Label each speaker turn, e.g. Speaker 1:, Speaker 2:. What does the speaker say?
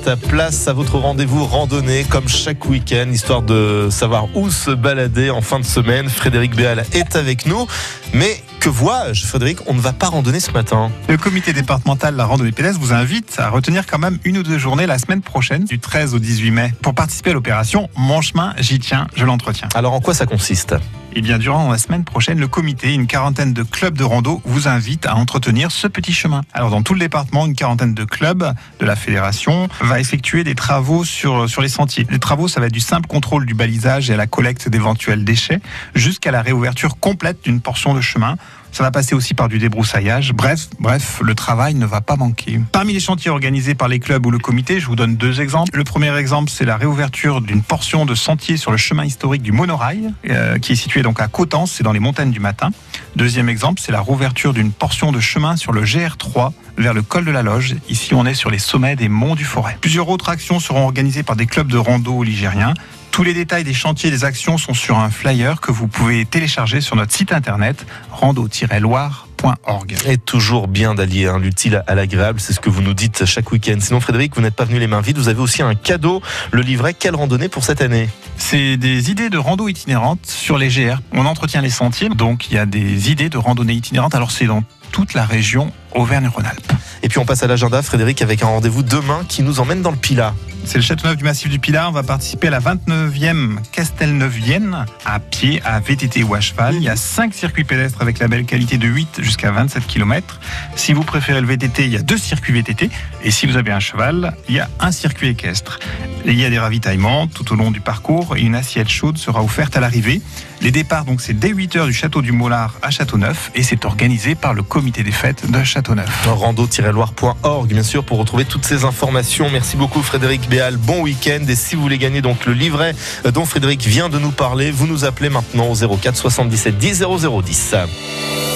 Speaker 1: 7. Place à votre rendez-vous randonnée comme chaque week-end, histoire de savoir où se balader en fin de semaine. Frédéric Béal est avec nous. Mais que vois-je, Frédéric? On ne va pas randonner ce matin.
Speaker 2: Le comité départemental de la randonnée pédestre vous invite à retenir quand même 1 ou 2 journées la semaine prochaine, du 13 au 18 mai, pour participer à l'opération Mon chemin, j'y tiens, je l'entretiens.
Speaker 1: Alors en quoi ça consiste?
Speaker 2: Eh bien, durant la semaine prochaine, le comité, une quarantaine de clubs de rando vous invite à entretenir ce petit chemin. Alors, dans tout le département, une quarantaine de clubs de la fédération va effectuer des travaux sur les sentiers. Les travaux, ça va être du simple contrôle du balisage et à la collecte d'éventuels déchets, jusqu'à la réouverture complète d'une portion de chemin. Ça va passer aussi par du débroussaillage. Bref, le travail ne va pas manquer. Parmi les chantiers organisés par les clubs ou le comité, je vous donne 2 exemples. Le premier exemple, c'est la réouverture d'une portion de sentier sur le chemin historique du Monorail, qui est situé donc à Coutances, c'est dans les montagnes du Matin. Deuxième exemple, c'est la réouverture d'une portion de chemin sur le GR3 vers le col de la Loge. Ici, on est sur les sommets des monts du Forêt. Plusieurs autres actions seront organisées par des clubs de rando ligériens. Tous les détails des chantiers et des actions sont sur un flyer que vous pouvez télécharger sur notre site internet rando-loire.org.
Speaker 1: Et toujours bien d'allier l'utile à l'agréable, c'est ce que vous nous dites chaque week-end. Sinon, Frédéric, vous n'êtes pas venu les mains vides, vous avez aussi un cadeau, le livret Quelle randonnée pour cette année?
Speaker 2: C'est des idées de rando itinérantes sur les GR. On entretient les sentiers, donc il y a des idées de randonnée itinérantes. Alors c'est dans toute la région Auvergne-Rhône-Alpes.
Speaker 1: Et puis on passe à l'agenda, Frédéric, avec un rendez-vous demain qui nous emmène dans le Pilat.
Speaker 2: C'est le Châteauneuf du Massif du Pilat. On va participer à la 29e Castelneuvienne à pied, à VTT ou à cheval. Il y a 5 circuits pédestres avec la belle qualité de 8 jusqu'à 27 km. Si vous préférez le VTT, il y a 2 circuits VTT. Et si vous avez un cheval, il y a un circuit équestre. Et il y a des ravitaillements tout au long du parcours et une assiette chaude sera offerte à l'arrivée. Les départs, donc, c'est dès 8h du château du Mollard à Châteauneuf et c'est organisé par le comité des fêtes de Châteauneuf.
Speaker 1: Rando-loire.org, bien sûr, pour retrouver toutes ces informations. Merci beaucoup, Frédéric Béal. Bon week-end. Et si vous voulez gagner donc le livret dont Frédéric vient de nous parler, vous nous appelez maintenant au 04 77 10 00 10.